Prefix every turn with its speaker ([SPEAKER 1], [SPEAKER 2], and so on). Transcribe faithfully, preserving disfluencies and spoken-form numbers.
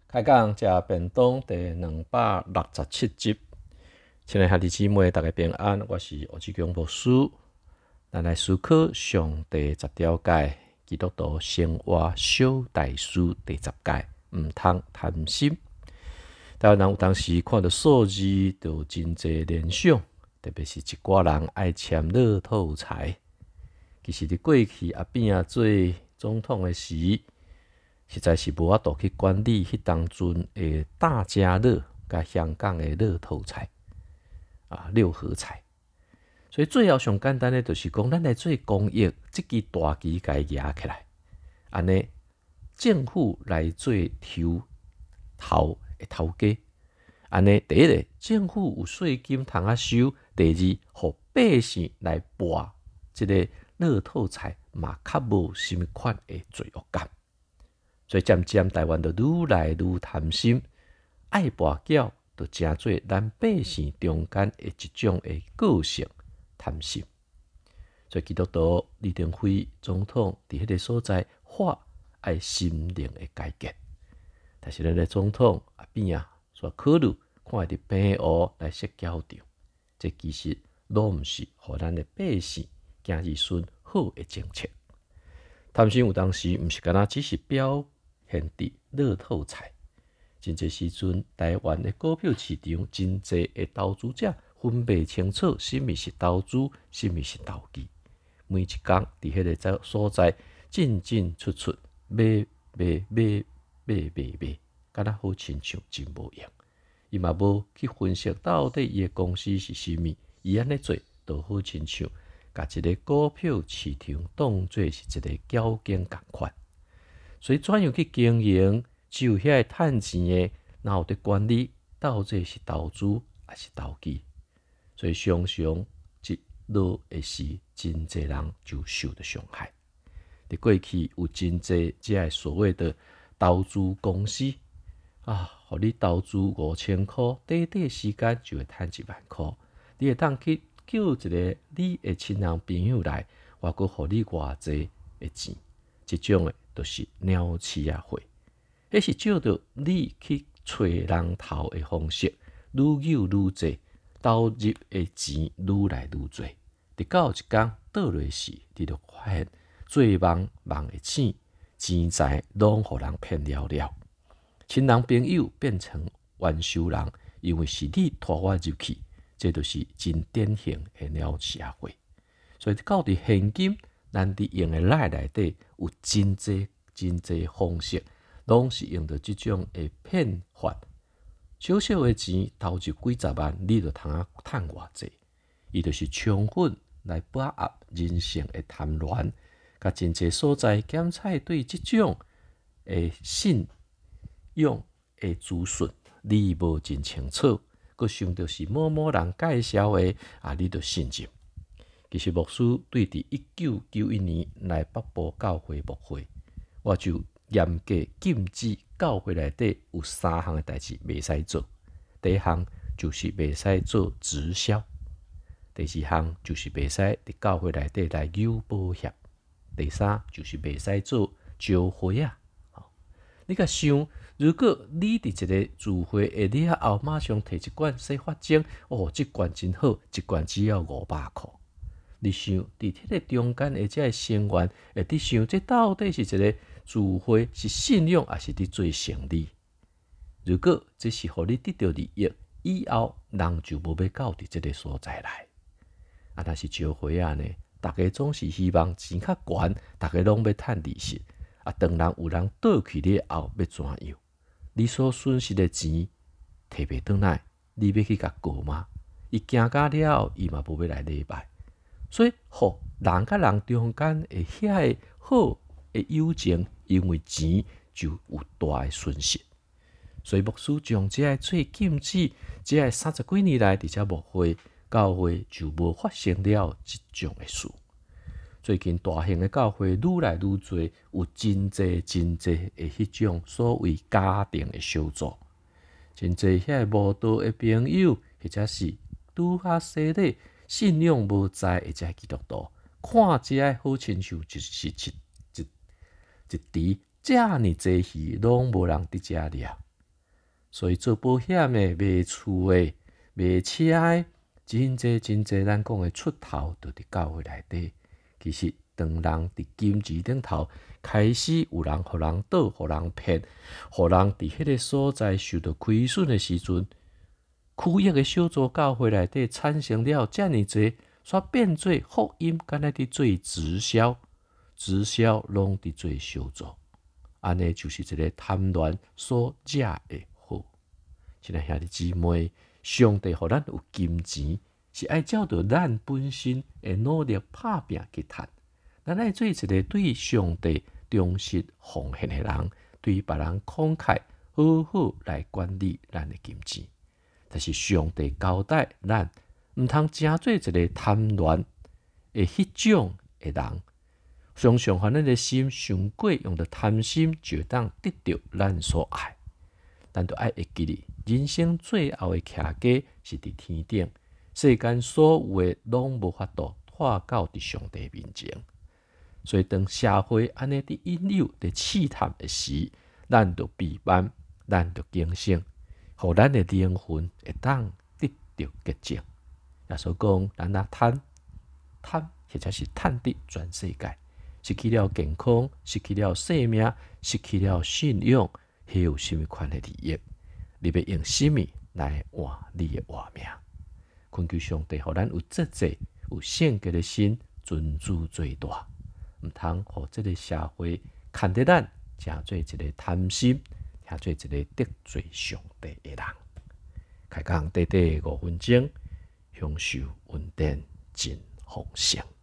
[SPEAKER 1] 开讲食便当第两百六十七集，亲爱兄弟姊妹，大家平安，我是欧志强牧师。咱来思考上帝十条诫，基督徒生活小大事第十诫，毋通贪心。台湾人有当时看到数字，就真侪联想，特别是一寡人爱签乐透彩。其实伫过去阿扁啊做总统的时，实在是无法度去管理迄当阵的大家乐甲香港的乐透彩啊六合彩，所以最后上简单的就是讲，咱来做公益，即支大旗甲伊举起来，安尼政府来做头头的头家，安尼第一个政府有税金通啊收，第二互百姓来博即个乐透彩嘛较无啥物款的罪恶感。所以渐渐台湾就愈来愈贪心，爱博缴就成做咱百姓中间的一种的个性贪心。所以基督徒李登辉总统伫迄个所在发爱心灵的改革，但是咱的总统阿扁啊，所考虑看伫平湖来设教场，这其实拢毋是互咱的百姓今日孙好的政策。贪心有当时毋是干那只是表现伫乐透彩，真侪时阵，台湾的股票市场真侪的投资者分袂清楚什么是投资，什么是投机。每一工伫迄个所在进进出出，买买买买买买，敢若好亲像真无用。伊嘛无去分析到底伊的公司是啥物，伊安尼做就好亲像甲一个股票市场当作是一个交警共款。所以怎样去经营，只有遐个趁钱的，哪有得管理到底是投资还是投机。所以常常一落的时，真侪人就受到伤害。伫过去有真侪即个所谓的投资公司啊，互你投资五千箍，短短时间就会趁一万箍。你会当去叫一个你的亲人朋友来，我阁互你偌济的钱，即种的就是鸟鼠仔会，迄是照着你去找人头的方式，愈有愈济，投入的钱愈来愈济。直到有一天倒落时，你就发现做梦梦的钱，钱财拢互人骗了了。亲人朋友变成冤仇人，因为是你拖我入去，这就是真典型的鸟鼠仔会。所以到伫现今，咱伫用的赖内底有真济真济方式，拢是用着即种的骗法。小小的钱投入几十万，你就通啊趁偌济？伊就是充分来把握人性的贪婪，甲真济所在检测对即种的信用的资讯，你无真清楚，佮想着是某某人介绍的啊，你就信任。其实牧师对伫一九九一年来北部教会牧会，我就严格禁止教会内底有三项的代志袂使做。第一项就是袂使做直销，第二项就是袂使伫教会内底来有保险，第三就是袂使做招会啊。你甲想，如果你伫一个聚会下了后，马上摕一罐洗发精，哦，这罐真好，一罐只要五百块。你想，伫迄个中间的这个成员，会伫想，这到底是一个聚会是信用，还是伫做生意？如果这是互你得到利益，以后人就无要到伫这个所在来。啊，若是招会啊呢？大家总是希望钱较悬，大家拢要趁利息。啊，当然有人倒去了后要怎样？你所损失的钱摕袂转来，你要去甲告吗？伊行到了后，伊嘛无要来礼拜。所以，互人甲人中间的遐个好的友情，因为钱就有大的损失。所以牧师将这个做禁止，这个三十几年来，伫遮牧会教会就无发生了即种的事。最近大型的教会愈来愈多，有真济真济的迄种所谓家庭的小组，真济遐个无道的朋友，或者是拄较细粒信用无在的这基督徒，看这个好亲像就是一一一池，遮尔济鱼拢无人伫遮掠。 所以做保险的、卖厝的、卖车的，真济真济，咱讲的出头就伫教会内底。其实，当人伫金钱顶头开始有人互人倒、互人骗、互人伫迄个所在受到亏损的时阵，区域的小组教会内底产生了遮尔济，煞变做福音，敢若伫做直销，直销拢伫做小组，安尼就是一个贪婪所惹的祸。亲爱兄弟姊妹，上帝互咱有金钱，是爱照着咱本身的努力拍拼去赚。咱爱做一个对上帝忠实奉献的人，对别人慷慨，好好来管理咱的金钱。但是上帝交代咱，毋通真做一个贪婪的迄种的人。常常互咱的心想过，用着贪心就当得到咱所爱。咱就爱会记哩，人生最后的徛家是伫天顶，世间所有的拢无法度拖到伫上帝面前。所以当社会安尼伫引诱、伫试探的时，咱就避免，咱就警醒，互咱的灵魂会当得到洁净。耶稣讲，咱若贪贪，或者是贪得全世界，失去了健康，失去了生命，失去了信仰，迄有甚物款的利益？你要用什么来换你的活命？恳求上帝，互咱有节制、有圣洁的心，尊主最大。毋通互这个社会看得咱，成做一个贪心，成做一个得罪上帝的人。开讲短短五分钟，享受稳定真丰盛。